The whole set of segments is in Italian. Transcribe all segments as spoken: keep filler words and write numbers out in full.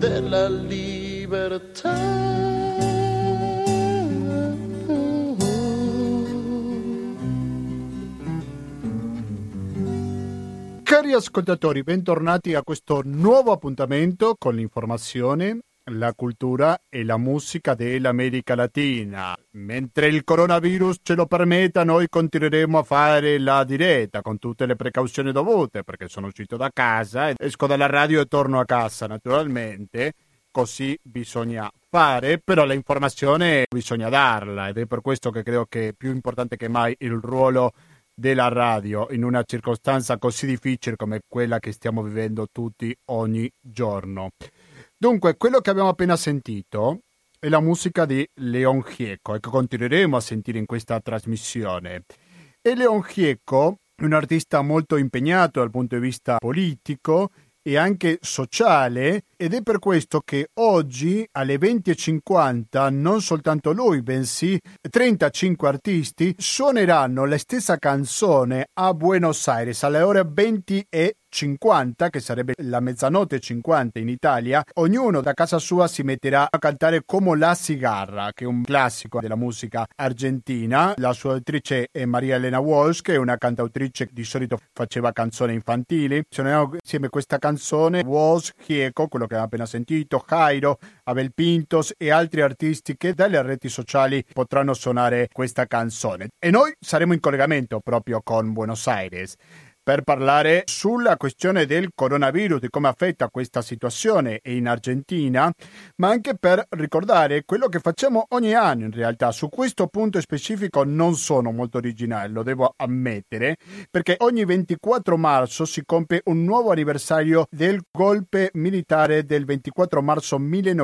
della libertà. Cari ascoltatori, bentornati a questo nuovo appuntamento con l'informazione, la cultura e la musica dell'America Latina. Mentre il coronavirus ce lo permetta, noi continueremo a fare la diretta con tutte le precauzioni dovute, perché sono uscito da casa, esco dalla radio e torno a casa naturalmente. Così bisogna fare, però l'informazione bisogna darla, ed è per questo che credo che è più importante che mai il ruolo della radio in una circostanza così difficile come quella che stiamo vivendo tutti ogni giorno. Dunque, quello che abbiamo appena sentito è la musica di León Gieco e che continueremo a sentire in questa trasmissione. E León Gieco è un artista molto impegnato dal punto di vista politico e anche sociale, ed è per questo che oggi alle venti e cinquanta non soltanto lui, bensì trentacinque artisti suoneranno la stessa canzone a Buenos Aires alle ore venti e cinquanta, che sarebbe la mezzanotte cinquanta in Italia. Ognuno da casa sua si metterà a cantare Como la cigarra, che è un classico della musica argentina. La sua autrice è Maria Elena Walsh, che è una cantautrice che di solito faceva canzoni infantili. Suoneranno insieme questa canzone Walsh, Gieco, quello che abbiamo appena sentito, Jairo, Abel Pintos e altri artisti che dalle reti sociali potranno suonare questa canzone. E noi saremo in collegamento proprio con Buenos Aires per parlare sulla questione del coronavirus, di come affetta questa situazione in Argentina, ma anche per ricordare quello che facciamo ogni anno in realtà. Su questo punto specifico non sono molto originale, lo devo ammettere, perché ogni ventiquattro marzo si compie un nuovo anniversario del golpe militare del ventiquattro marzo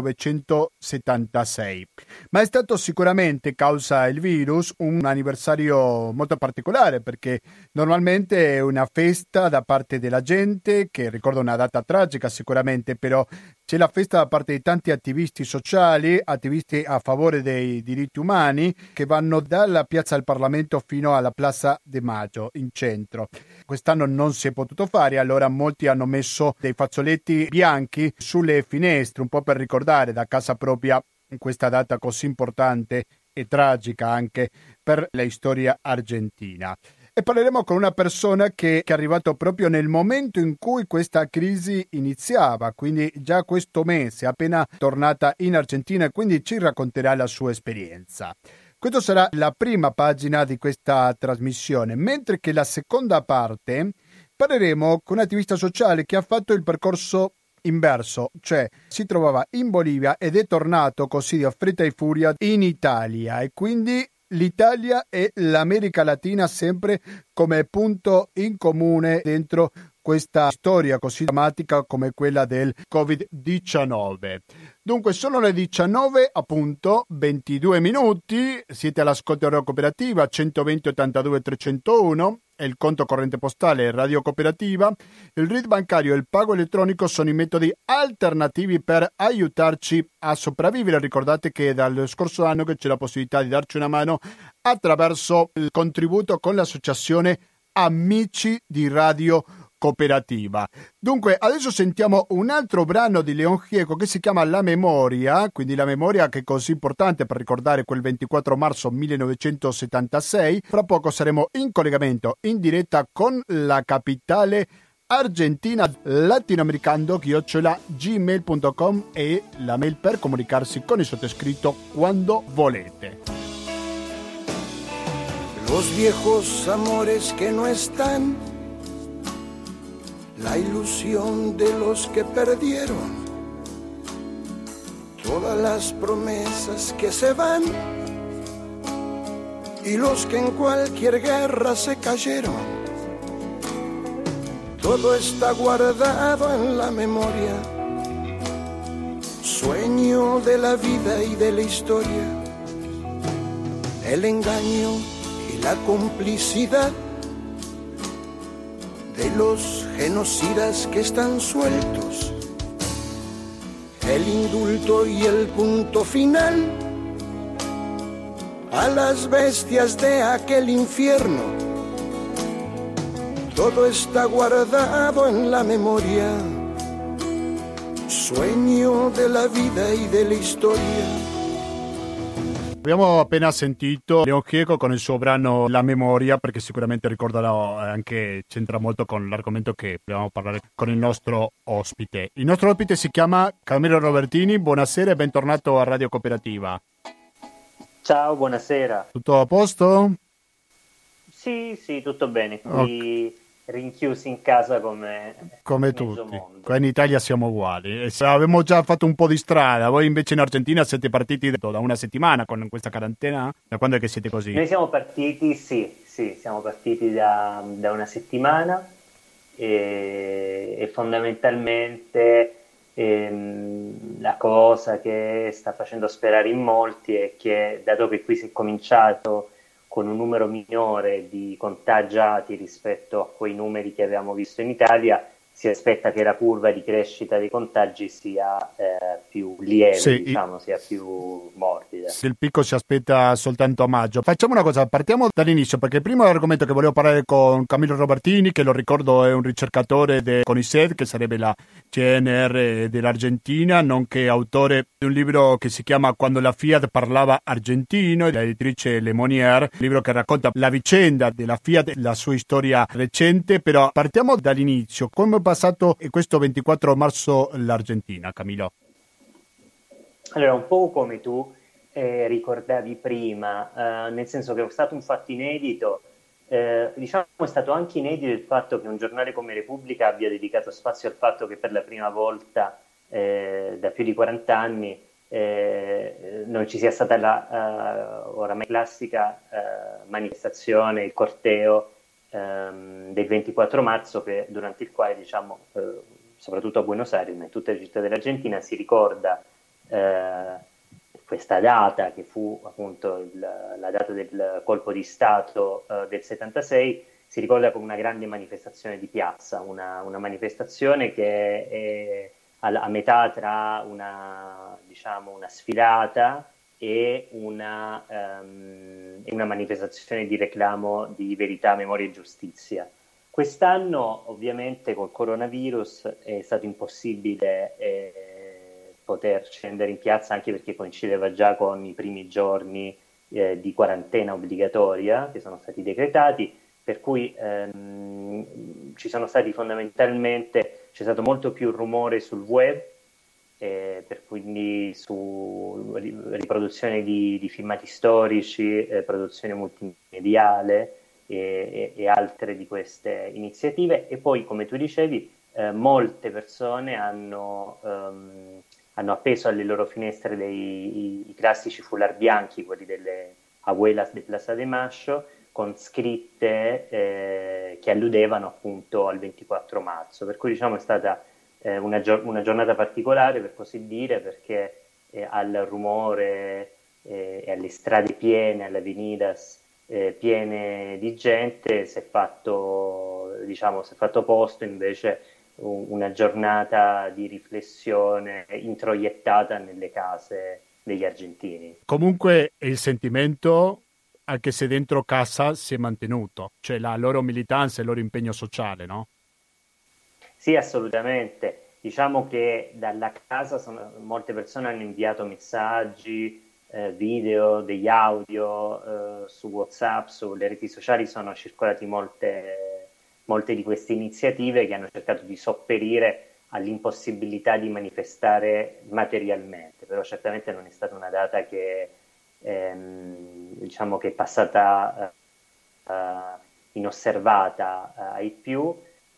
millenovecentosettantasei. Ma è stato sicuramente, causa il virus, un anniversario molto particolare, perché normalmente è una festa da parte della gente, che ricorda una data tragica sicuramente, però c'è la festa da parte di tanti attivisti sociali, attivisti a favore dei diritti umani, che vanno dalla piazza del Parlamento fino alla Plaza de Mayo in centro. Quest'anno non si è potuto fare, allora molti hanno messo dei fazzoletti bianchi sulle finestre, un po' per ricordare da casa propria questa data così importante e tragica anche per la storia argentina. E parleremo con una persona che, che è arrivato proprio nel momento in cui questa crisi iniziava, quindi già questo mese, appena tornata in Argentina, e quindi ci racconterà la sua esperienza. Questa sarà la prima pagina di questa trasmissione, mentre che la seconda parte parleremo con un attivista sociale che ha fatto il percorso inverso, cioè si trovava in Bolivia ed è tornato così a fretta e furia in Italia, e quindi l'Italia e l'America Latina sempre come punto in comune dentro questa storia così drammatica come quella del covid diciannove. Dunque sono le diciannove, appunto, ventidue minuti, siete all'ascolto di Radio Cooperativa centoventi ottantadue trecentouno, è il conto corrente postale Radio Cooperativa, il R I D bancario e il pago elettronico sono i metodi alternativi per aiutarci a sopravvivere. Ricordate che dallo scorso anno che c'è la possibilità di darci una mano attraverso il contributo con l'associazione Amici di Radio Cooperativa. Dunque adesso sentiamo un altro brano di León Gieco che si chiama La Memoria, quindi la memoria che è così importante per ricordare quel ventiquattro marzo millenovecentosettantasei. Fra poco saremo in collegamento in diretta con la capitale argentina, latinoamericano chiocciola gmail punto com e la mail per comunicarsi con il sottoscritto quando volete. Los viejos amores que no están, la ilusión de los que perdieron, todas las promesas que se van y los que en cualquier guerra se cayeron. Todo está guardado en la memoria, sueño de la vida y de la historia, el engaño y la complicidad de los genocidas que están sueltos, el indulto y el punto final a las bestias de aquel infierno. Todo está guardado en la memoria, sueño de la vida y de la historia. Abbiamo appena sentito Leon Gieco con il suo brano La memoria, perché sicuramente ricorderò anche, c'entra molto con l'argomento che dobbiamo parlare con il nostro ospite. Il nostro ospite si chiama Camillo Robertini, buonasera e bentornato a Radio Cooperativa. Ciao, buonasera. Tutto a posto? Sì, sì, tutto bene. Qui okay. Rinchiusi in casa come, come tutti. Mondo. Qua in Italia siamo uguali. Abbiamo già fatto un po' di strada. Voi invece in Argentina siete partiti da una settimana con questa quarantena? Da quando è che siete così? Noi siamo partiti, sì, sì, siamo partiti da, da una settimana e, e fondamentalmente ehm, la cosa che sta facendo sperare in molti è che, dato che qui si è cominciato con un numero minore di contagiati rispetto a quei numeri che avevamo visto in Italia, si aspetta che la curva di crescita dei contagi sia eh, più lieve, sì, diciamo, sia più morbida. Il picco si aspetta soltanto a maggio. Facciamo una cosa, partiamo dall'inizio, perché il primo argomento che volevo parlare con Camillo Robertini, che lo ricordo è un ricercatore del CONICET, che sarebbe la C N R dell'Argentina, nonché autore di un libro che si chiama Quando la Fiat parlava argentino, l'editrice Le Monnier, un libro che racconta la vicenda della Fiat, la sua storia recente. Però partiamo dall'inizio. Come è passato questo ventiquattro marzo l'Argentina, Camillo? Allora, un po' come tu eh, ricordavi prima, eh, nel senso che è stato un fatto inedito. Eh, diciamo è stato anche inedito il fatto che un giornale come Repubblica abbia dedicato spazio al fatto che per la prima volta eh, da più di quaranta anni eh, non ci sia stata la uh, oramai classica uh, manifestazione, il corteo um, del ventiquattro marzo, che, durante il quale, diciamo, uh, soprattutto a Buenos Aires, ma in tutte le città dell'Argentina, si ricorda uh, questa data che fu appunto il, la data del colpo di Stato uh, del settantasei, si ricorda come una grande manifestazione di piazza, una, una manifestazione che è a, a metà tra una, diciamo, una sfilata e una, um, e una manifestazione di reclamo di verità, memoria e giustizia. Quest'anno ovviamente col coronavirus è stato impossibile eh, poter scendere in piazza, anche perché coincideva già con i primi giorni eh, di quarantena obbligatoria che sono stati decretati, per cui ehm, ci sono stati fondamentalmente, c'è stato molto più rumore sul web, eh, per quindi su riproduzione di, di filmati storici, eh, produzione multimediale e, e, e altre di queste iniziative. E poi, come tu dicevi, eh, molte persone hanno um, hanno appeso alle loro finestre dei, i, i classici foulard bianchi, quelli delle abuelas de Plaza de Mayo, con scritte eh, che alludevano appunto al ventiquattro marzo. Per cui, diciamo, è stata eh, una, gio- una giornata particolare, per così dire, perché eh, al rumore eh, e alle strade piene, alle avenidas eh, piene di gente, si è fatto, diciamo, si è fatto posto invece una giornata di riflessione introiettata nelle case degli argentini. Comunque il sentimento, anche se dentro casa, si è mantenuto, cioè la loro militanza e il loro impegno sociale, no? Sì, assolutamente. Diciamo che dalla casa sono, molte persone hanno inviato messaggi, eh, video, degli audio eh, su WhatsApp, sulle reti sociali sono circolati molte molte di queste iniziative che hanno cercato di sopperire all'impossibilità di manifestare materialmente, però certamente non è stata una data che, ehm, diciamo, che è passata uh, inosservata uh, ai più,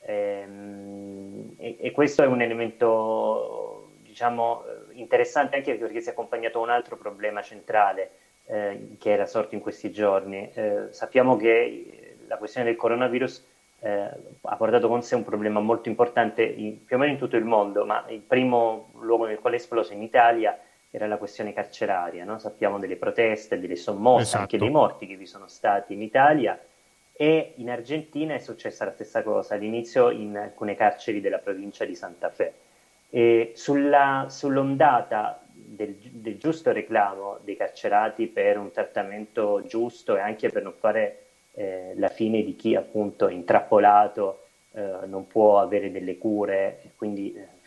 ehm, e, e questo è un elemento, diciamo, interessante, anche perché si è accompagnato a un altro problema centrale eh, che era sorto in questi giorni. Eh, sappiamo che la questione del coronavirus Eh, ha portato con sé un problema molto importante in, più o meno in tutto il mondo, ma il primo luogo nel quale è esploso in Italia era la questione carceraria, no? Sappiamo delle proteste, delle sommosse, esatto, anche dei morti che vi sono stati in Italia, e in Argentina è successa la stessa cosa all'inizio in alcune carceri della provincia di Santa Fe. E sulla, sull'ondata del, del giusto reclamo dei carcerati per un trattamento giusto e anche per non fare Eh, la fine di chi appunto intrappolato eh, non può avere delle cure e quindi eh,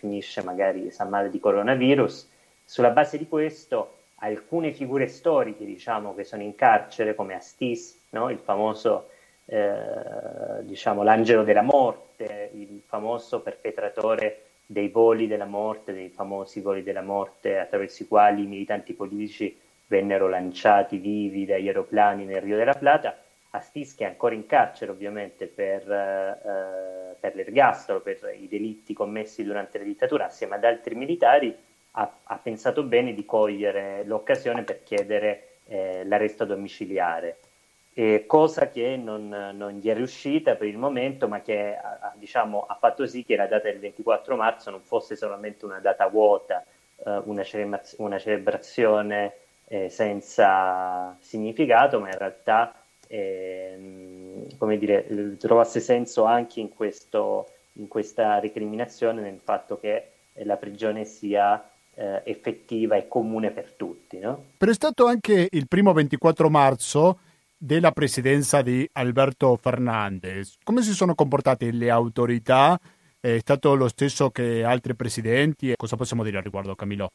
finisce magari sa male di coronavirus. Sulla base di questo alcune figure storiche, diciamo, che sono in carcere, come Astiz, no? Il famoso eh, diciamo l'angelo della morte, il famoso perpetratore dei voli della morte, dei famosi voli della morte attraverso i quali i militanti politici vennero lanciati vivi dagli aeroplani nel Rio della Plata. Astiz, che è ancora in carcere ovviamente per, eh, per l'ergastolo, per i delitti commessi durante la dittatura, assieme ad altri militari, ha, ha pensato bene di cogliere l'occasione per chiedere eh, l'arresto domiciliare, eh, cosa che non, non gli è riuscita per il momento, ma che ha, diciamo, ha fatto sì che la data del ventiquattro marzo non fosse solamente una data vuota, eh, una, celebraz- una celebrazione eh, senza significato, ma in realtà eh, come dire, trovasse senso anche in, questo, in questa recriminazione, nel fatto che la prigione sia eh, effettiva e comune per tutti, no? Però è stato anche il primo ventiquattro marzo della presidenza di Alberto Fernández. Come si sono comportate le autorità? È stato lo stesso che altri presidenti? Cosa possiamo dire al riguardo, Camillo?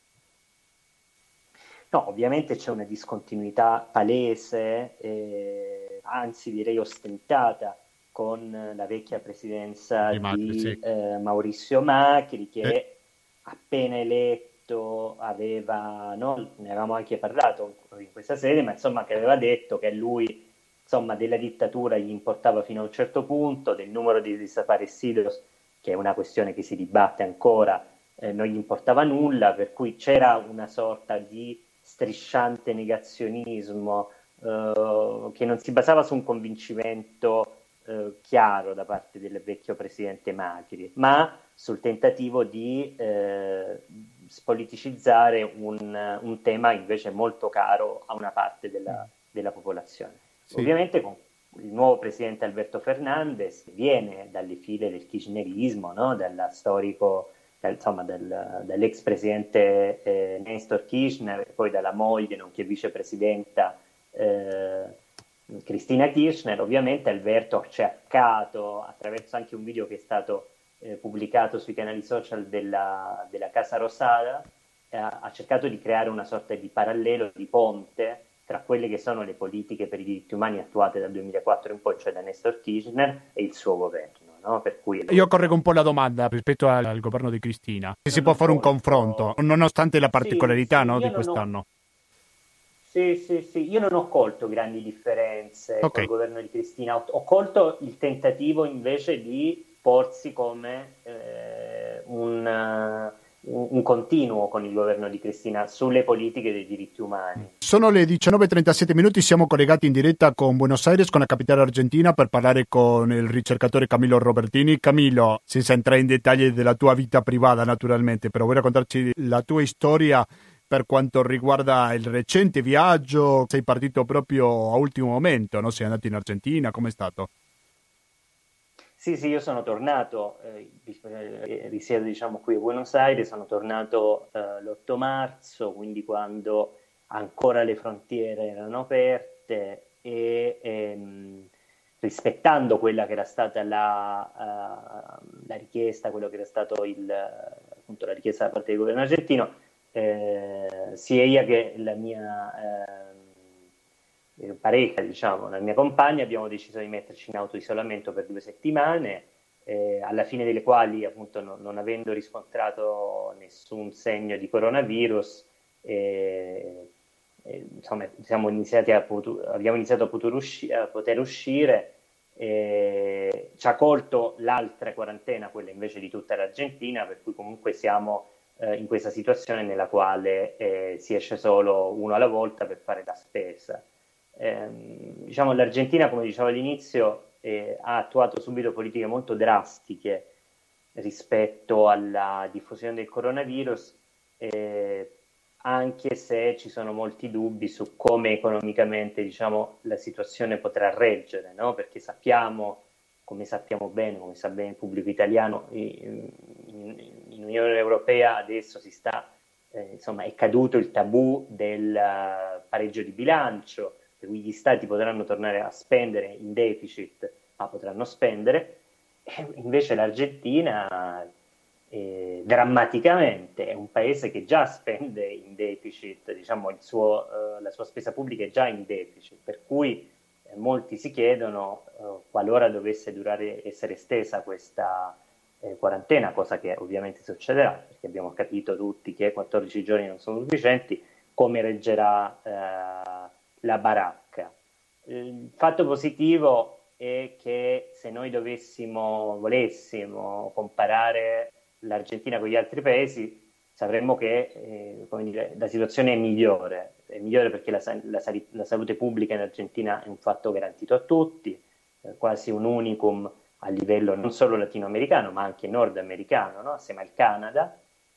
No, ovviamente c'è una discontinuità palese, eh, anzi direi ostentata, con la vecchia presidenza di, Macri, di sì. eh, Maurizio Macri, che eh. appena eletto aveva, no, ne avevamo anche parlato in questa sede, ma insomma che aveva detto che a lui, insomma, della dittatura gli importava fino a un certo punto, del numero di desaparecidos, che è una questione che si dibatte ancora, eh, non gli importava nulla, per cui c'era una sorta di strisciante negazionismo eh, che non si basava su un convincimento eh, chiaro da parte del vecchio presidente Macri, ma sul tentativo di eh, spoliticizzare un, un tema invece molto caro a una parte della, della popolazione. Sì. Ovviamente con il nuovo presidente Alberto Fernández viene dalle file del kirchnerismo, no? Dal storico, dal, insomma dal, dall'ex presidente eh, Néstor Kirchner, e poi dalla moglie, nonché vicepresidenta eh, Cristina Kirchner. Ovviamente Alberto ha cercato, attraverso anche un video che è stato eh, pubblicato sui canali social della, della Casa Rosada, eh, ha cercato di creare una sorta di parallelo, di ponte tra quelle che sono le politiche per i diritti umani attuate dal duemilaquattro in poi, cioè da Néstor Kirchner, e il suo governo, no? Per cui io correggo un po' la domanda rispetto al, al governo di Cristina, se si può fare un confronto, nonostante la particolarità, sì, no, sì, di quest'anno. Ho... Sì, sì, sì, io non ho colto grandi differenze okay. col governo di Cristina, ho, ho colto il tentativo invece di porsi come eh, un, uh, un continuo con il governo di Cristina sulle politiche dei diritti umani. Sono le diciannove e trentasette minuti, siamo collegati in diretta con Buenos Aires, con la capitale argentina, per parlare con il ricercatore Camillo Robertini. Camillo, senza entrare in dettagli della tua vita privata naturalmente, però vuoi raccontarci la tua storia per quanto riguarda il recente viaggio? Sei partito proprio a ultimo momento, no? Sei andato in Argentina, com'è stato? Sì, sì, io sono tornato, eh, risiedo diciamo qui a Buenos Aires, sono tornato eh, l'otto marzo, quindi quando ancora le frontiere erano aperte e ehm, rispettando quella che era stata la, uh, la richiesta, quello che era stato il, appunto, la richiesta da parte del governo argentino, eh, sia io che la mia eh, pareja, diciamo, la mia compagna, abbiamo deciso di metterci in autoisolamento per due settimane, eh, alla fine delle quali, appunto, no, non avendo riscontrato nessun segno di coronavirus, eh, eh, insomma, siamo iniziati a potu- abbiamo iniziato a poter, usci- a poter uscire. Eh, ci ha colto l'altra quarantena, quella invece di tutta l'Argentina, per cui comunque siamo eh, in questa situazione nella quale eh, si esce solo uno alla volta per fare la spesa. Eh, diciamo, l'Argentina, come dicevo all'inizio, eh, ha attuato subito politiche molto drastiche rispetto alla diffusione del coronavirus, eh, anche se ci sono molti dubbi su come economicamente, diciamo, la situazione potrà reggere, no? Perché sappiamo, come sappiamo bene, come sa bene il pubblico italiano, in, in, in Unione Europea adesso si sta, eh, insomma, è caduto il tabù del uh, pareggio di bilancio, per cui gli stati potranno tornare a spendere in deficit, ma potranno spendere, e invece l'Argentina eh, drammaticamente. È un paese che già spende in deficit, diciamo il suo, eh, la sua spesa pubblica è già in deficit, per cui eh, molti si chiedono eh, qualora dovesse durare, essere estesa questa eh, quarantena, cosa che ovviamente succederà, perché abbiamo capito tutti che quattordici giorni non sono sufficienti, come reggerà eh, la baracca. Il fatto positivo è che se noi dovessimo, volessimo comparare l'Argentina con gli altri paesi, sapremmo che eh, come dire, la situazione è migliore, è migliore perché la, la, la salute pubblica in Argentina è un fatto garantito a tutti, eh, quasi un unicum a livello non solo latinoamericano ma anche nordamericano, no? Assieme al Canada.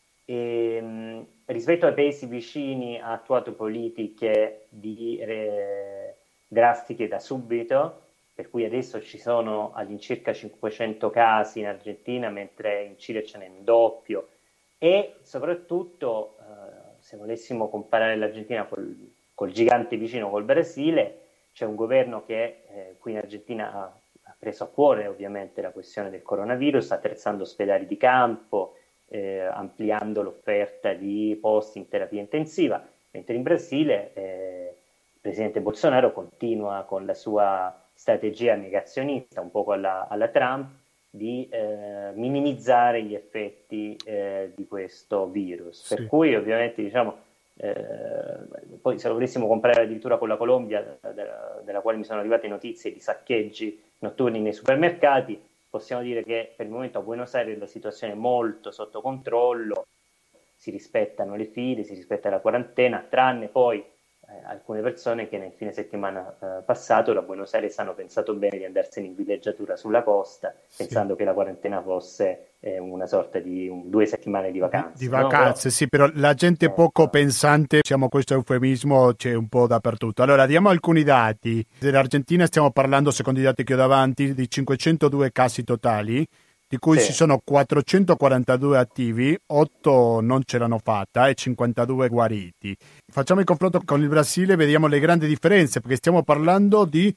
E, mh, rispetto ai paesi vicini ha attuato politiche di, eh, drastiche da subito, per cui adesso ci sono all'incirca cinquecento casi in Argentina, mentre in Cile ce n'è un doppio, e soprattutto eh, se volessimo comparare l'Argentina col, col gigante vicino, col Brasile, c'è un governo che eh, qui in Argentina ha, ha preso a cuore ovviamente la questione del coronavirus, attrezzando ospedali di campo, eh, ampliando l'offerta di posti in terapia intensiva, mentre in Brasile eh, il presidente Bolsonaro continua con la sua strategia negazionista, un po' alla, alla Trump, di eh, minimizzare gli effetti eh, di questo virus. Sì. Per cui ovviamente diciamo, eh, poi se lo volessimo comparare addirittura con la Colombia, della, della quale mi sono arrivate notizie di saccheggi notturni nei supermercati, possiamo dire che per il momento a Buenos Aires la situazione è molto sotto controllo, si rispettano le file, si rispetta la quarantena, tranne poi Eh, alcune persone che nel fine settimana eh, passato da Buenos Aires hanno pensato bene di andarsene in villeggiatura sulla costa, sì, pensando che la quarantena fosse eh, una sorta di un, due settimane di vacanze. Di, di vacanze, no? Sì, però la gente ecco. poco pensante, diciamo questo eufemismo c'è un po' dappertutto. Allora, diamo alcuni dati. Dell'Argentina stiamo parlando, secondo i dati che ho davanti, di cinquecentodue casi totali, di cui sì. ci sono quattrocentoquarantadue attivi, otto non ce l'hanno fatta e cinquantadue guariti. Facciamo il confronto con il Brasile, vediamo le grandi differenze, perché stiamo parlando di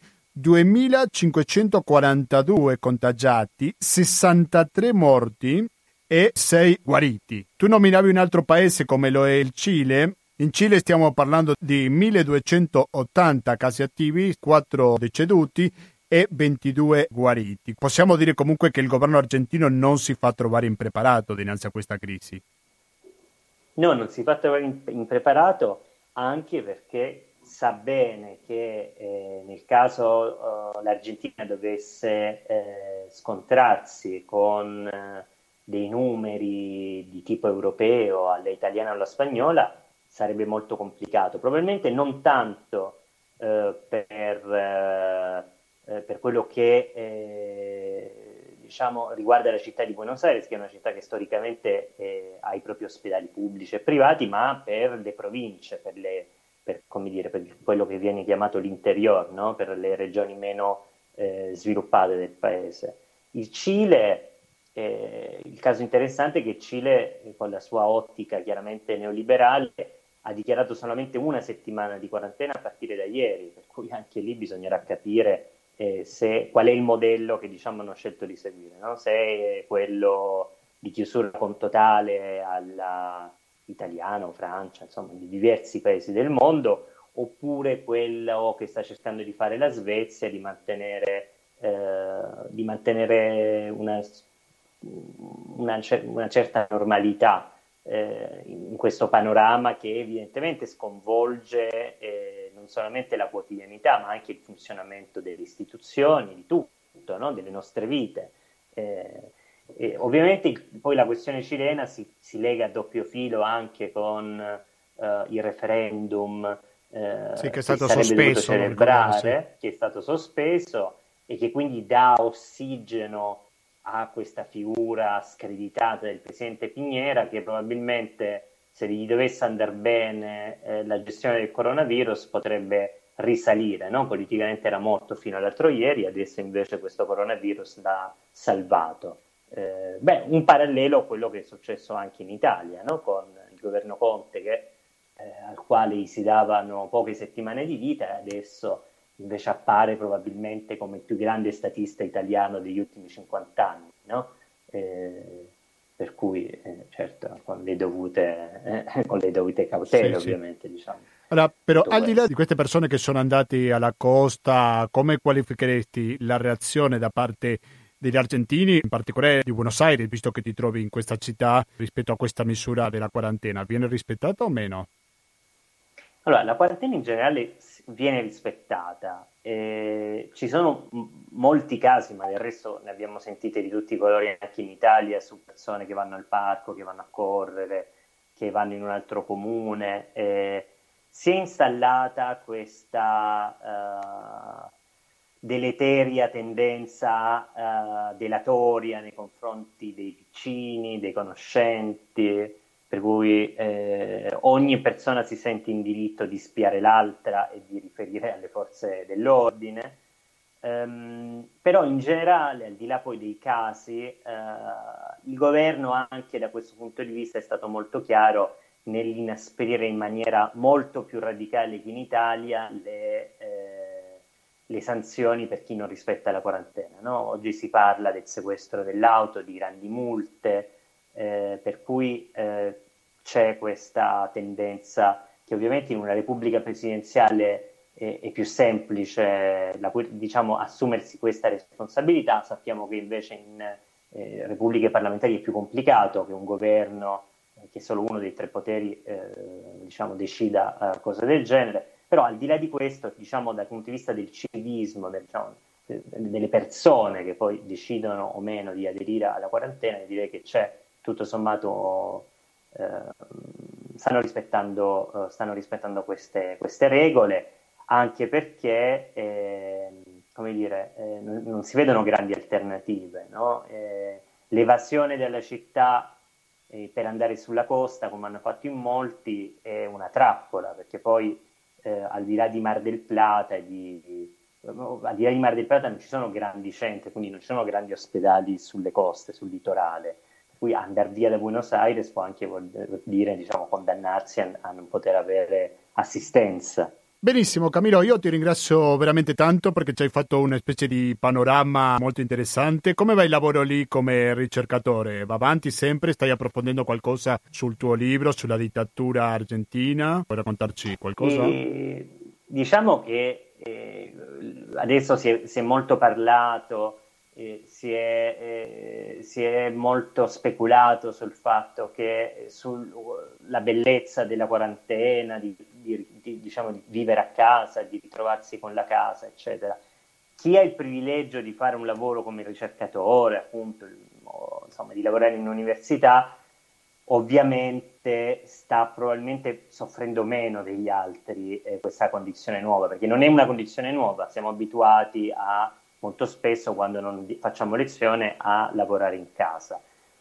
duemilacinquecentoquarantadue contagiati, sessantatré morti e sei guariti. Tu nominavi un altro paese come lo è il Cile. In Cile stiamo parlando di milleduecentottanta casi attivi, quattro deceduti e ventidue guariti. Possiamo dire comunque che il governo argentino non si fa trovare impreparato dinanzi a questa crisi. No, non si fa trovare impreparato, anche perché sa bene che eh, nel caso uh, l'Argentina dovesse eh, scontrarsi con eh, dei numeri di tipo europeo, alla italiana o alla spagnola, sarebbe molto complicato. Probabilmente non tanto eh, per... Eh, Eh, per quello che eh, diciamo riguarda la città di Buenos Aires, che è una città che storicamente eh, ha i propri ospedali pubblici e privati, ma per le province, per, le, per, come dire, per quello che viene chiamato l'interior, no? Per le regioni meno eh, sviluppate del paese. Il Cile, eh, il caso interessante è che il Cile, con la sua ottica chiaramente neoliberale, ha dichiarato solamente una settimana di quarantena a partire da ieri, per cui anche lì bisognerà capire Eh, se, qual è il modello che diciamo hanno scelto di seguire, no? Se è quello di chiusura con totale alla italiana o Francia, insomma di diversi paesi del mondo, oppure quello che sta cercando di fare la Svezia, di mantenere, eh, di mantenere una, una, una certa normalità eh, in questo panorama che evidentemente sconvolge eh, non solamente la quotidianità, ma anche il funzionamento delle istituzioni, di tutto, no? Delle nostre vite. Eh, e ovviamente poi la questione cilena si, si lega a doppio filo anche con eh, il referendum eh, sì, che è che stato sarebbe sospeso, dovuto celebrare, sì. che è stato sospeso e che quindi dà ossigeno a questa figura screditata del presidente Piñera, che probabilmente, se gli dovesse andare bene eh, la gestione del coronavirus, potrebbe risalire, no? Politicamente era morto fino all'altro ieri, adesso invece questo coronavirus l'ha salvato. Eh, beh, un parallelo a quello che è successo anche in Italia, no? Con il governo Conte, che, eh, al quale gli si davano poche settimane di vita, e adesso invece appare probabilmente come il più grande statista italiano degli ultimi cinquanta anni, no? Eh, per cui eh, certo con le dovute, eh, con le dovute cautele, sì, ovviamente, sì. Diciamo. Allora, però Tutto al di là questo. di queste persone che sono andate alla costa, come qualificheresti la reazione da parte degli argentini, in particolare di Buenos Aires, visto che ti trovi in questa città, rispetto a questa misura della quarantena? Viene rispettata o meno? Allora, la quarantena in generale viene rispettata. Eh, ci sono m- molti casi, ma del resto ne abbiamo sentite di tutti i colori anche in Italia, su persone che vanno al parco, che vanno a correre, che vanno in un altro comune. Eh, si è installata questa uh, deleteria tendenza uh, delatoria nei confronti dei vicini, dei conoscenti, per cui eh, ogni persona si sente in diritto di spiare l'altra e di riferire alle forze dell'ordine. Um, però in generale, al di là poi dei casi, uh, il governo anche da questo punto di vista è stato molto chiaro nell'inasprire in maniera molto più radicale che in Italia le, eh, le sanzioni per chi non rispetta la quarantena, no? Oggi si parla del sequestro dell'auto, di grandi multe, eh, per cui eh, c'è questa tendenza che ovviamente in una repubblica presidenziale è, è più semplice la, diciamo, assumersi questa responsabilità. Sappiamo che invece in eh, repubbliche parlamentari è più complicato che un governo che solo uno dei tre poteri eh, diciamo, decida uh, cose del genere, però al di là di questo, diciamo, dal punto di vista del civismo, del, diciamo, de- delle persone che poi decidono o meno di aderire alla quarantena, direi che c'è tutto sommato eh, stanno rispettando, uh, stanno rispettando queste, queste regole, anche perché eh, come dire, eh, non, non si vedono grandi alternative, no? Eh, l'evasione della città Eh, per andare sulla costa, come hanno fatto in molti, è una trappola, perché poi eh, al di là di Mar del Plata e di, di, al di là di Mar del Plata non ci sono grandi centri, quindi non ci sono grandi ospedali sulle coste, sul litorale, per cui andare via da Buenos Aires può anche vuol dire, diciamo, condannarsi a, a non poter avere assistenza. Benissimo Camillo, io ti ringrazio veramente tanto perché ci hai fatto una specie di panorama molto interessante. Come va il lavoro lì come ricercatore? Va avanti sempre? Stai approfondendo qualcosa sul tuo libro, sulla dittatura argentina? Puoi raccontarci qualcosa? E, diciamo che eh, adesso si è, si è molto parlato, eh, si, è, eh, si è molto speculato sul fatto che sulla bellezza della quarantena, di, di, di, diciamo, di vivere a casa, di ritrovarsi con la casa, eccetera. Chi ha il privilegio di fare un lavoro come ricercatore, appunto, o, insomma, di lavorare in università, ovviamente sta probabilmente soffrendo meno degli altri eh, questa condizione nuova, perché non è una condizione nuova, siamo abituati a molto spesso, quando non facciamo lezione, a lavorare in casa.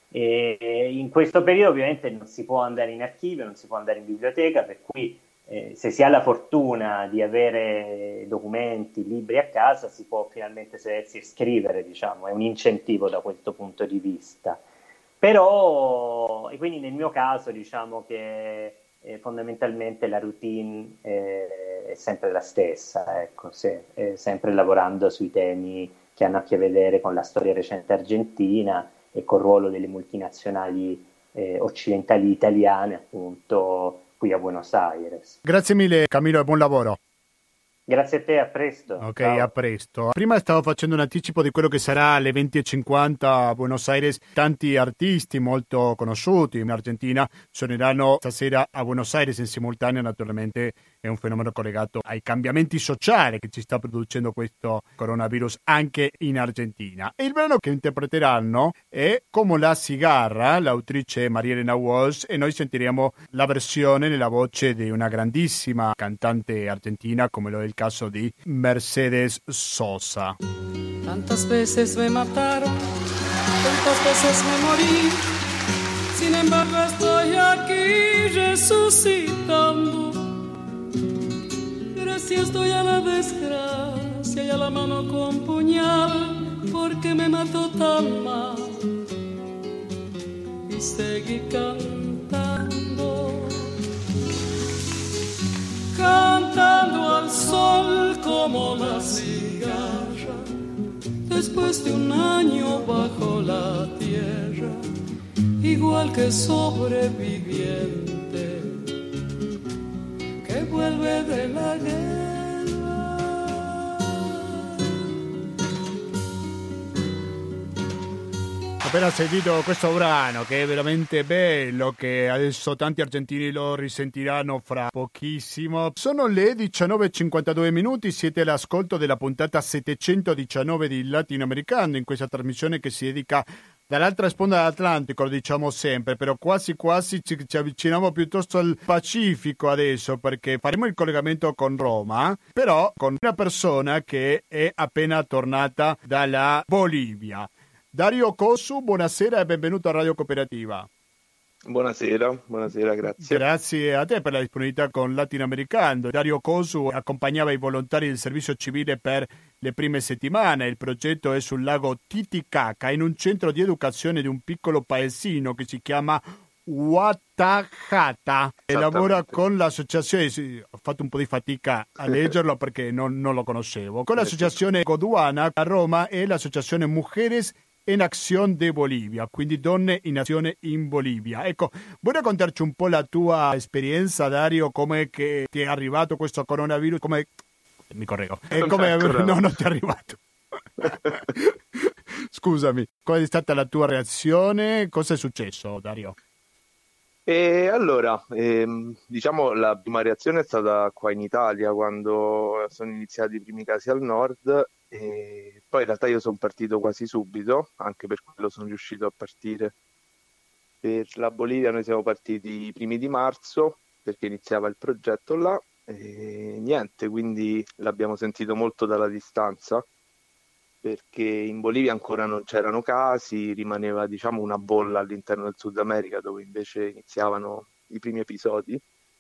E in questo periodo ovviamente non si può andare in archivio, non si può andare in biblioteca, per cui eh, se si ha la fortuna di avere documenti, libri a casa, si può finalmente sedersi e scrivere, diciamo, è un incentivo da questo punto di vista. Però, e quindi nel mio caso, diciamo che eh, fondamentalmente la routine eh, è sempre la stessa, ecco, sì, eh, sempre lavorando sui temi che hanno a che vedere con la storia recente argentina e col ruolo delle multinazionali eh, occidentali italiane, appunto, qui a Buenos Aires. Grazie mille Camillo e buon lavoro. Grazie a te, a presto. Ok, Ciao. a presto. Prima stavo facendo un anticipo di quello che sarà alle venti e cinquanta a Buenos Aires. Tanti artisti molto conosciuti in Argentina suoneranno stasera a Buenos Aires in simultanea. Naturalmente è un fenomeno collegato ai cambiamenti sociali che ci sta producendo questo coronavirus anche in Argentina. E il brano che interpreteranno è Como la cigarra, l'autrice Maria Elena Walsh, e noi sentiremo la versione nella voce di una grandissima cantante argentina come lo è il caso di Mercedes Sosa. Tantas veces me mataron, tantas veces me morí, sin embargo estoy aquí resucitando. Gracias doy a la desgracia y a la mano con puñal, porque me mató tan mal. Y seguí cantando, cantando al sol como la cigarra, después de un año bajo la tierra. igual que sobreviviente que vuelve de la guerra. Appena sentito questo brano che è veramente bello, che adesso tanti argentini lo risentiranno fra pochissimo. Sono le diciannove e cinquantadue minuti, siete all'ascolto della puntata settecentodiciannove di Latinoamericano, in questa trasmissione che si dedica dall'altra sponda dell'Atlantico, lo diciamo sempre, però quasi quasi ci, ci avviciniamo piuttosto al Pacifico adesso, perché faremo il collegamento con Roma, però con una persona che è appena tornata dalla Bolivia. Dario Cosu, buonasera e benvenuto a Radio Cooperativa. Buonasera, buonasera, grazie. Grazie a te per la disponibilità con Latinoamericano. Dario Cosu accompagnava i volontari del servizio civile per le prime settimane. Il progetto è sul lago Titicaca, in un centro di educazione di un piccolo paesino che si chiama Huatacata e lavora con l'associazione, sì, ho fatto un po' di fatica a leggerlo perché non, non lo conoscevo, con l'associazione Goduana a Roma e l'associazione Mujeres en Acción de Bolivia, quindi Donne in Azione in Bolivia. Ecco, vuoi raccontarci un po' la tua esperienza, Dario, come che ti è arrivato questo coronavirus, come mi correggo, e come no, non ti è arrivato. Scusami, qual è stata la tua reazione? Cosa è successo, Dario? E allora, ehm, diciamo la prima reazione è stata qua in Italia quando sono iniziati i primi casi al nord. E poi in realtà io sono partito quasi subito, anche per quello sono riuscito a partire per la Bolivia. Noi siamo partiti i primi di marzo perché iniziava il progetto là e niente, quindi l'abbiamo sentito molto dalla distanza perché in Bolivia ancora non c'erano casi, rimaneva diciamo una bolla all'interno del Sud America dove invece iniziavano i primi episodi.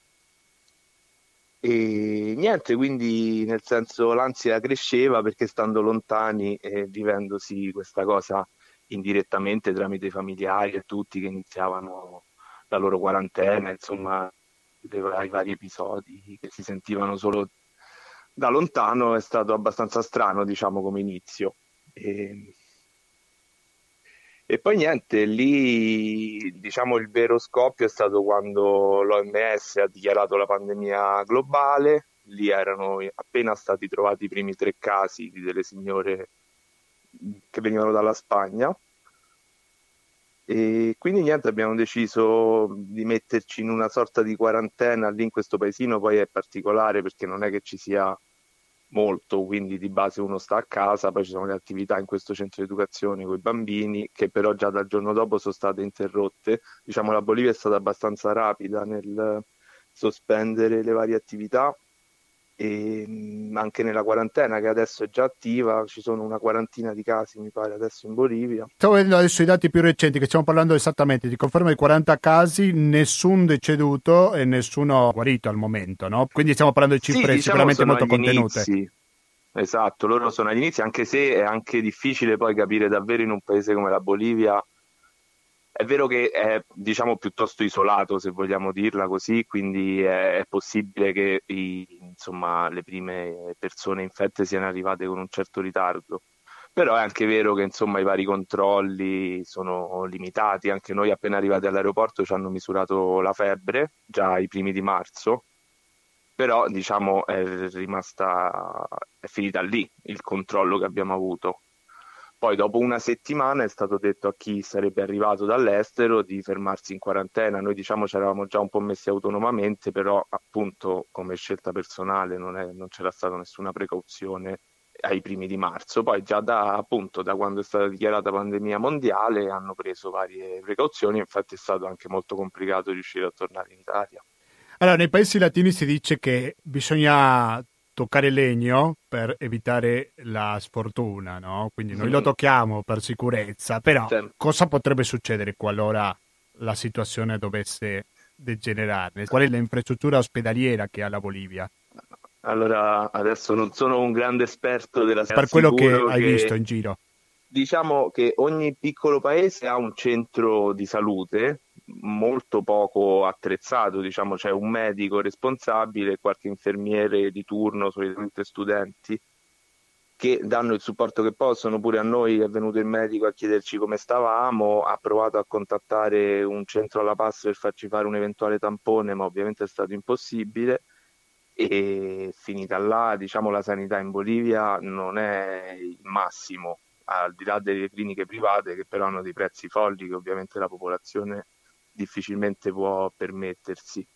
E niente, quindi nel senso l'ansia cresceva perché stando lontani e vivendosi questa cosa indirettamente tramite i familiari e tutti che iniziavano la loro quarantena, insomma, i vari episodi che si sentivano solo da lontano, è stato abbastanza strano, diciamo, come inizio. E... E poi niente, lì diciamo il vero scoppio è stato quando l'O M S ha dichiarato la pandemia globale. Lì erano appena stati trovati i primi tre casi di delle signore che venivano dalla Spagna. E quindi niente, abbiamo deciso di metterci in una sorta di quarantena lì in questo paesino. Poi è particolare perché non è che ci sia molto, quindi di base uno sta a casa, poi ci sono le attività in questo centro di educazione con i bambini che però già dal giorno dopo sono state interrotte. Diciamo la Bolivia è stata abbastanza rapida nel sospendere le varie attività e anche nella quarantena che adesso è già attiva, ci sono una quarantina di casi mi pare adesso in Bolivia. Stavo vedendo adesso i dati più recenti che stiamo parlando esattamente, ti confermo i quaranta casi, nessun deceduto e nessuno guarito al momento, no? Quindi stiamo parlando di cifre sì, diciamo sicuramente molto contenute. Inizi. Esatto, loro sono agli inizi, anche se è anche difficile poi capire davvero in un paese come la Bolivia. È vero che è diciamo piuttosto isolato, se vogliamo dirla così, quindi è, è possibile che i, insomma, le prime persone infette siano arrivate con un certo ritardo, però è anche vero che insomma i vari controlli sono limitati. Anche noi appena arrivati all'aeroporto ci hanno misurato la febbre già ai primi di marzo, però diciamo è rimasta, è finita lì il controllo che abbiamo avuto. Poi dopo una settimana è stato detto a chi sarebbe arrivato dall'estero di fermarsi in quarantena. Noi diciamo ci eravamo già un po' messi autonomamente, però appunto come scelta personale non, è, non c'era stata nessuna precauzione ai primi di marzo. Poi già da appunto da quando è stata dichiarata pandemia mondiale hanno preso varie precauzioni, infatti è stato anche molto complicato riuscire a tornare in Italia. Allora, nei paesi latini si dice che bisogna toccare legno per evitare la sfortuna, no? Quindi noi lo tocchiamo per sicurezza, però sì. Cosa potrebbe succedere qualora la situazione dovesse degenerare? Qual è l'infrastruttura ospedaliera che ha la Bolivia? Allora, adesso non sono un grande esperto della per quello che hai che, visto in giro. Diciamo che ogni piccolo paese ha un centro di salute molto poco attrezzato, diciamo c'è un medico responsabile e qualche infermiere di turno, solitamente studenti, che danno il supporto che possono. Pure a noi è venuto il medico a chiederci come stavamo, ha provato a contattare un centro alla Paz per farci fare un eventuale tampone, ma ovviamente è stato impossibile. E finita là, diciamo, la sanità in Bolivia non è il massimo, al di là delle cliniche private che però hanno dei prezzi folli che ovviamente la popolazione difficilmente può permettersi.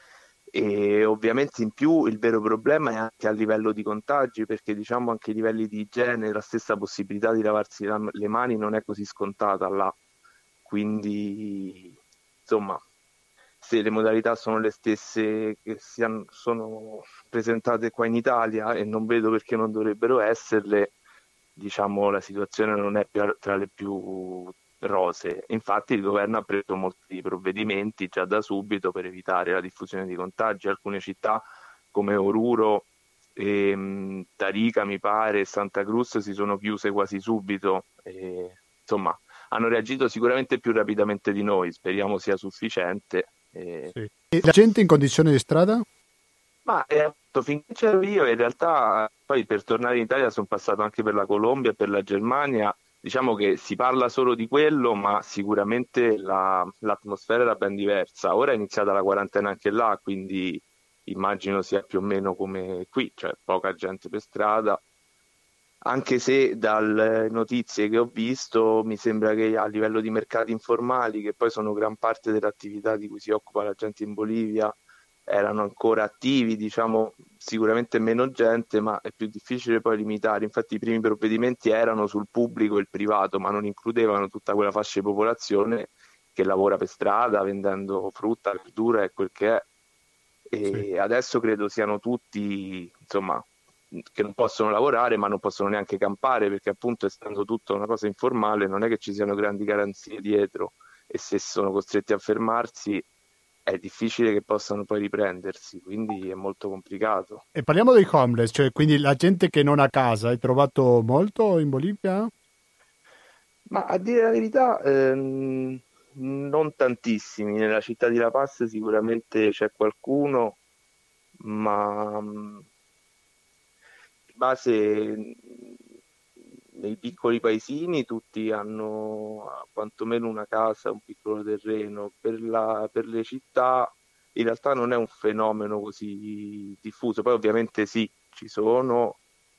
E ovviamente in più il vero problema è anche a livello di contagi, perché diciamo anche i livelli di igiene, la stessa possibilità di lavarsi la, le mani non è così scontata là, quindi insomma, se le modalità sono le stesse che siano, sono presentate qua in Italia, e non vedo perché non dovrebbero esserle, diciamo la situazione non è più tra le più rosee. Infatti il governo ha preso molti provvedimenti già da subito per evitare la diffusione di contagi. Alcune città come Oruro, e, Tarica mi pare, e Santa Cruz si sono chiuse quasi subito, e, insomma hanno reagito sicuramente più rapidamente di noi, speriamo sia sufficiente. E... Sì. E la gente in condizioni di strada? Ma eh, finché c'ero io, in realtà poi per tornare in Italia sono passato anche per la Colombia e per la Germania. Diciamo che si parla solo di quello, ma sicuramente la, l'atmosfera era ben diversa. Ora è iniziata la quarantena anche là, quindi immagino sia più o meno come qui, cioè poca gente per strada. Anche se dalle notizie che ho visto mi sembra che a livello di mercati informali, che poi sono gran parte dell'attività di cui si occupa la gente in Bolivia, erano ancora attivi, diciamo sicuramente meno gente, ma è più difficile poi limitare. Infatti i primi provvedimenti erano sul pubblico e il privato, ma non includevano tutta quella fascia di popolazione che lavora per strada vendendo frutta, verdura e quel che è. E sì. Adesso credo siano tutti, insomma, che non possono lavorare, ma non possono neanche campare, perché appunto essendo tutto una cosa informale non è che ci siano grandi garanzie dietro, e se sono costretti a fermarsi è difficile che possano poi riprendersi, quindi è molto complicato. E parliamo dei homeless, cioè quindi la gente che non ha casa. Hai trovato molto in Bolivia? Ma a dire la verità ehm, non tantissimi. Nella città di La Paz sicuramente c'è qualcuno, ma di base nei piccoli paesini tutti hanno quantomeno una casa, un piccolo terreno. Per, la, per le città in realtà non è un fenomeno così diffuso. Poi ovviamente sì, ci sono,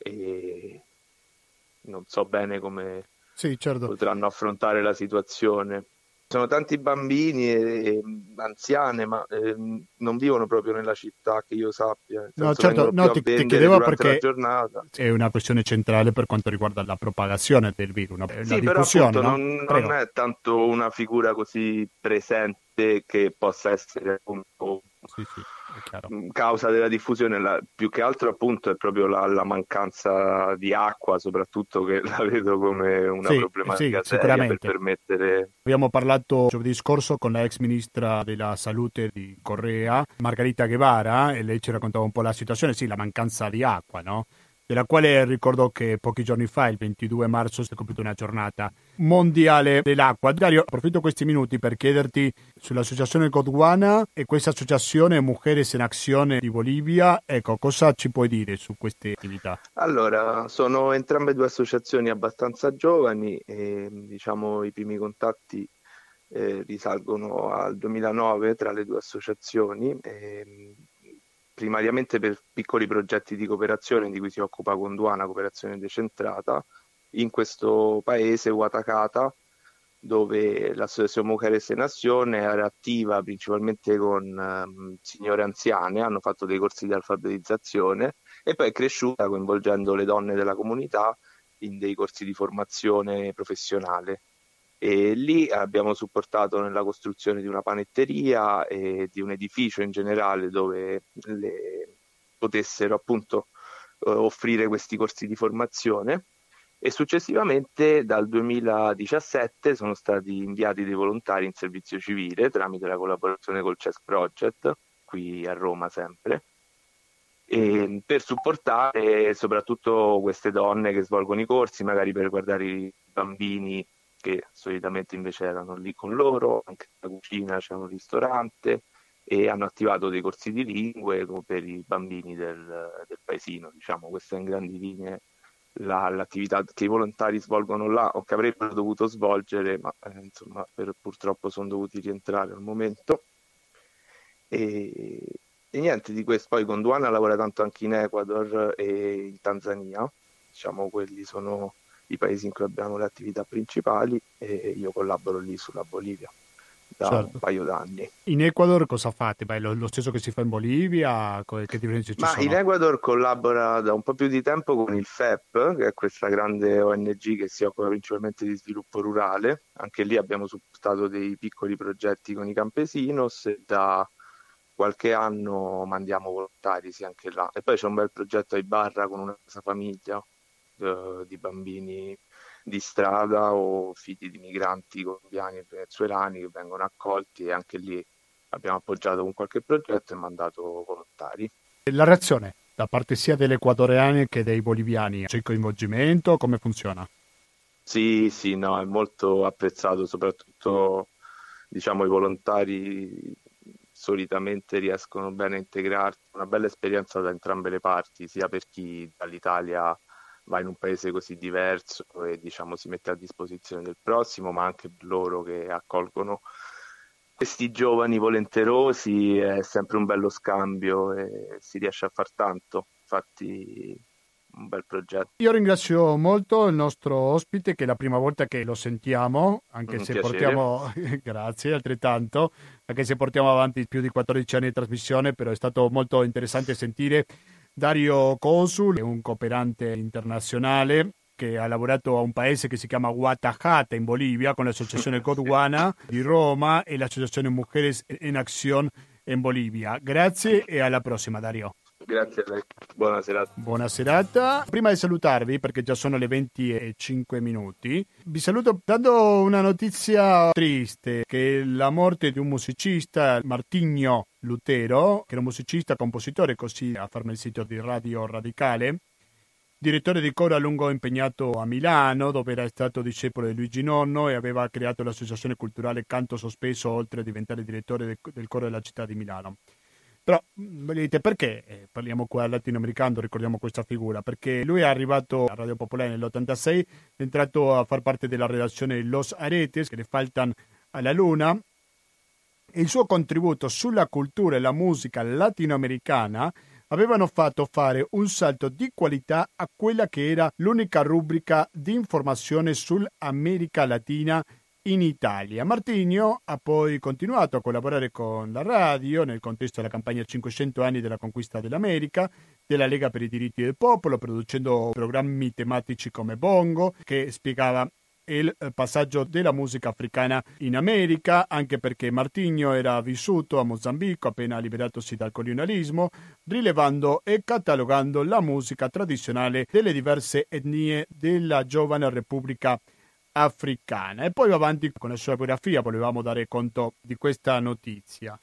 e non so bene come sì, certo. potranno affrontare la situazione. Sono tanti bambini e, e anziane, ma eh, non vivono proprio nella città che io sappia. No, certo, no, ti, ti chiedevo perché è una questione centrale per quanto riguarda la propagazione del virus. Una, sì, una però appunto no? non, non è tanto una figura così presente che possa essere appunto sì, sì, è chiaro. Causa della diffusione. La, più che altro appunto è proprio la, la mancanza di acqua, soprattutto, che la vedo come una sì, problematica sì, seria per permettere. Abbiamo parlato giovedì scorso con la ex ministra della salute di Correa, Margarita Guevara, e lei ci raccontava un po' la situazione, sì, la mancanza di acqua, no? Della quale ricordo che pochi giorni fa, il ventidue marzo, si è compiuta una giornata mondiale dell'acqua. Dario, approfitto questi minuti per chiederti sull'associazione Gondwana e questa associazione Mujeres en Acción di Bolivia. Ecco, cosa ci puoi dire su queste attività? Allora, sono entrambe due associazioni abbastanza giovani e diciamo i primi contatti eh, risalgono al duemilanove tra le due associazioni. E, primariamente per piccoli progetti di cooperazione di cui si occupa Gondwana, cooperazione decentrata, in questo paese, Huatacata, dove l'associazione Mujeres en Acción era attiva principalmente con um, signore anziane, hanno fatto dei corsi di alfabetizzazione e poi è cresciuta coinvolgendo le donne della comunità in dei corsi di formazione professionale. E lì abbiamo supportato nella costruzione di una panetteria e di un edificio in generale dove le potessero appunto offrire questi corsi di formazione, e successivamente dal duemiladiciassette sono stati inviati dei volontari in servizio civile tramite la collaborazione col C E S Project, qui a Roma sempre, e per supportare soprattutto queste donne che svolgono i corsi, magari per guardare i bambini che solitamente invece erano lì con loro, anche la cucina, c'è un ristorante, e hanno attivato dei corsi di lingue per i bambini del, del paesino, diciamo. Questa è in grandi linee la, l'attività che i volontari svolgono là o che avrebbero dovuto svolgere, ma eh, insomma per, purtroppo sono dovuti rientrare al momento. E, e niente di questo. Poi Gondwana lavora tanto anche in Ecuador e in Tanzania, diciamo quelli sono i paesi in cui abbiamo le attività principali, e io collaboro lì sulla Bolivia da certo. un paio d'anni. In Ecuador cosa fate? Beh, lo, lo stesso che si fa in Bolivia? Che differenze ci Ma sono? in Ecuador collabora da un po' più di tempo con il F E P, che è questa grande O N G che si occupa principalmente di sviluppo rurale. Anche lì abbiamo supportato dei piccoli progetti con i campesinos e da qualche anno mandiamo volontari, sì, anche là. E poi c'è un bel progetto a Ibarra con una casa famiglia eh, di bambini di strada o figli di migranti colombiani e venezuelani che vengono accolti, e anche lì abbiamo appoggiato con qualche progetto e mandato volontari. La reazione da parte sia degli ecuadoriani che dei boliviani, c'è il coinvolgimento, come funziona? Sì, sì, no, è molto apprezzato, soprattutto diciamo i volontari solitamente riescono bene a integrarsi, una bella esperienza da entrambe le parti, sia per chi dall'Italia va in un paese così diverso e diciamo si mette a disposizione del prossimo, ma anche per loro che accolgono questi giovani volenterosi è sempre un bello scambio e si riesce a far tanto. Infatti un bel progetto. Io ringrazio molto il nostro ospite, che è la prima volta che lo sentiamo, anche un se piacere. portiamo grazie altrettanto, anche se portiamo avanti più di quattordici anni di trasmissione, però è stato molto interessante sentire Dario Consul, è un cooperante internazionale che ha lavorato a un paese che si chiama Guatajata in Bolivia con l'associazione Gondwana di Roma e l'associazione Mujeres en Acción in Bolivia. Grazie e alla prossima, Dario. Grazie a lei, buona serata. Buona serata. Prima di salutarvi, perché già sono le venti e cinque minuti, vi saluto dando una notizia triste, che è la morte di un musicista, Martinho Lutero, che era un musicista, compositore, così afferma il sito di Radio Radicale, direttore di coro a lungo impegnato a Milano, dove era stato discepolo di Luigi Nonno e aveva creato l'associazione culturale Canto Sospeso, oltre a diventare direttore del, del coro della città di Milano. Però, vedete, perché eh, parliamo qua latinoamericano, ricordiamo questa figura? Perché lui è arrivato a Radio Popolare nell'ottantasei, è entrato a far parte della redazione Los Aretes, che le faltan alla luna, e il suo contributo sulla cultura e la musica latinoamericana avevano fatto fare un salto di qualità a quella che era l'unica rubrica di informazione sull'America Latina in Italia. Martinho ha poi continuato a collaborare con la radio nel contesto della campagna cinquecento anni della conquista dell'America, della Lega per i diritti del popolo, producendo programmi tematici come Bongo, che spiegava il passaggio della musica africana in America, anche perché Martinho era vissuto a Mozambico appena liberatosi dal colonialismo, rilevando e catalogando la musica tradizionale delle diverse etnie della giovane Repubblica africana. E poi avanti con la sua biografia volevamo dare conto di questa notizia.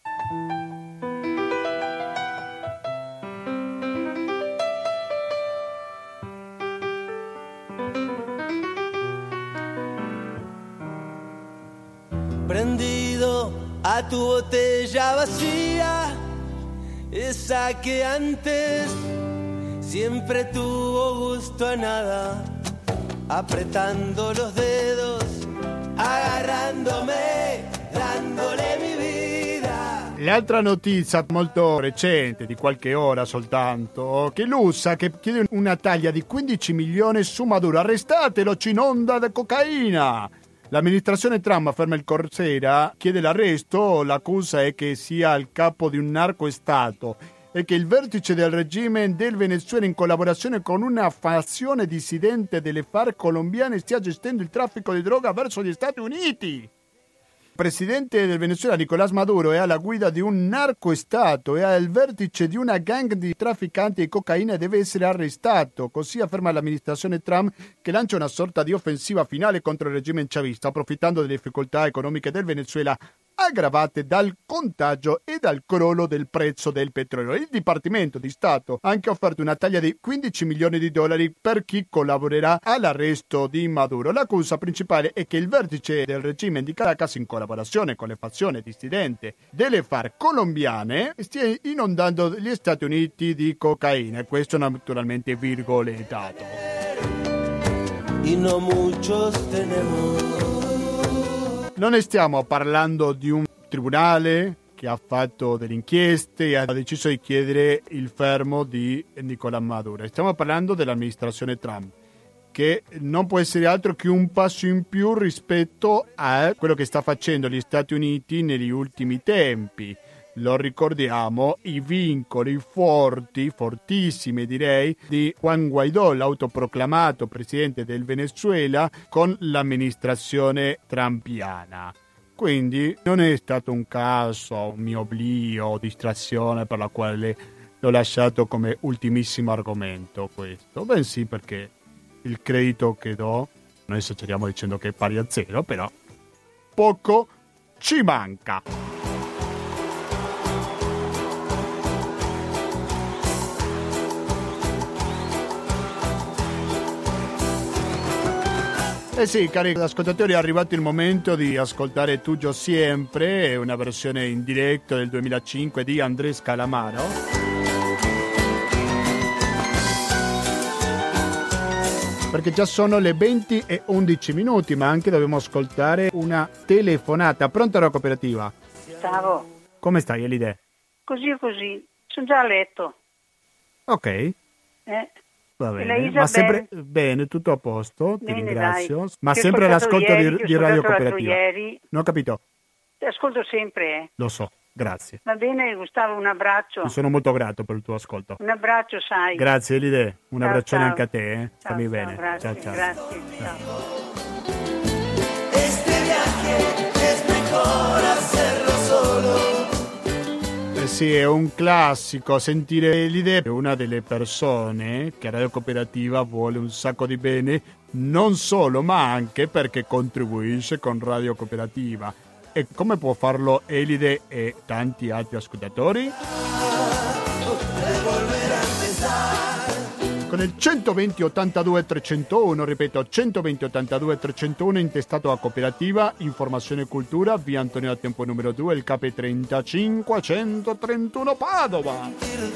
Prendido a tu botella vacía, esa que antes siempre tuvo gusto a nada, apretando los dedos, agarrándome, dándole mi vida. L'altra notizia molto recente, di qualche ora soltanto, che l'U S A che chiede una taglia di quindici milioni su Maduro. Arrestatelo, ci inonda di cocaina. L'amministrazione Trump, afferma il Corsera, chiede l'arresto. L'accusa è che sia il capo di un narcostato e che il vertice del regime del Venezuela, in collaborazione con una fazione dissidente delle FARC colombiane, stia gestendo il traffico di droga verso gli Stati Uniti. Il presidente del Venezuela, Nicolás Maduro, è alla guida di un narcostato e è il vertice di una gang di trafficanti di cocaina e deve essere arrestato. Così afferma l'amministrazione Trump, che lancia una sorta di offensiva finale contro il regime chavista, approfittando delle difficoltà economiche del Venezuela aggravate dal contagio e dal crollo del prezzo del petrolio. Il Dipartimento di Stato ha anche offerto una taglia di quindici milioni di dollari per chi collaborerà all'arresto di Maduro. L'accusa principale è che il vertice del regime di Caracas, in collaborazione con le fazioni dissidenti delle FARC colombiane, stia inondando gli Stati Uniti di cocaina, e questo naturalmente virgolettato. y no muchos tenemos. Non stiamo parlando di un tribunale che ha fatto delle inchieste e ha deciso di chiedere il fermo di Nicolás Maduro. Stiamo parlando dell'amministrazione Trump, che non può essere altro che un passo in più rispetto a quello che sta facendo gli Stati Uniti negli ultimi tempi. Lo ricordiamo, i vincoli forti, fortissimi direi, di Juan Guaidó, l'autoproclamato presidente del Venezuela, con l'amministrazione trumpiana. Quindi non è stato un caso, un mio oblio o distrazione per la quale l'ho lasciato come ultimissimo argomento questo, bensì perché il credito che do, non esageriamo dicendo che è pari a zero, però poco ci manca. Eh sì, cari ascoltatori, è arrivato il momento di ascoltare Tu Yo Siempre, una versione in diretto del duemilacinque di Andrés Calamaro. Perché già sono le venti e undici minuti, ma anche dobbiamo ascoltare una telefonata. Pronto alla cooperativa? Ciao. Come stai, Elide? Così o così, sono già a letto. Ok. Eh? Va E bene, la ma sempre Isabel? Bene, tutto a posto, ti Bene, ringrazio. dai. Ma Ti ho sempre ascoltato all'ascolto ieri, di, ti ho di Radio ascoltato l'altro Cooperativa. ieri. Non ho capito? Ti ascolto sempre, eh. Lo so, grazie. Va bene, Gustavo, un abbraccio. Ti sono molto grato per il tuo ascolto. Un abbraccio, sai. Grazie Elide, un Ciao, abbraccione ciao. anche a te, eh. Ciao, Stammi ciao, bene. Grazie, Ciao ciao. grazie. Ciao. Este viaje es mejor hacerlo solo. Eh sì, è un classico sentire Elide, è una delle persone che a Radio Cooperativa vuole un sacco di bene, non solo ma anche perché contribuisce con Radio Cooperativa. E come può farlo Elide e tanti altri ascoltatori? Con il centoventi ottantadue trecentouno, ripeto, centoventi ottantadue trecentouno, intestato a Cooperativa, Informazione e Cultura, via Antonio da Tempo numero due, il K trentacinque centotrentuno Padova.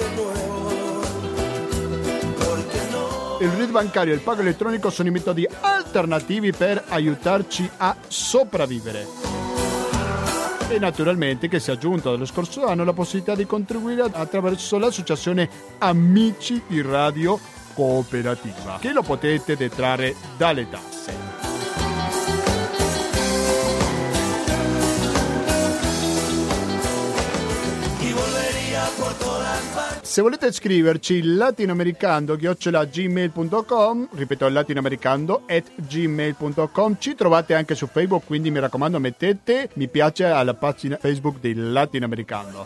Il R I D bancario e il pago elettronico sono i metodi alternativi per aiutarci a sopravvivere. E naturalmente che si è aggiunto dallo scorso anno la possibilità di contribuire attraverso l'associazione Amici di Radio Cooperativa, che lo potete detrarre dalle tasse. Se volete scriverci latinoamericando chiocciola gmail punto com, ripeto latinoamericando at gmail punto com, ci trovate anche su Facebook, quindi mi raccomando mettete mi piace alla pagina Facebook di Latinoamericando.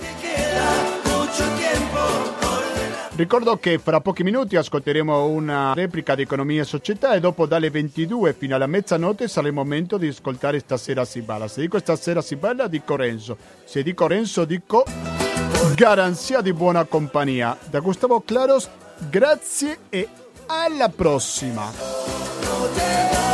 Ricordo che fra pochi minuti ascolteremo una replica di Economia e Società e dopo dalle ventidue fino alla mezzanotte sarà il momento di ascoltare Stasera si balla. Se dico Stasera si balla dico Renzo, se dico Renzo dico Garanzia di buona compagnia. Da Gustavo Claros, grazie e alla prossima.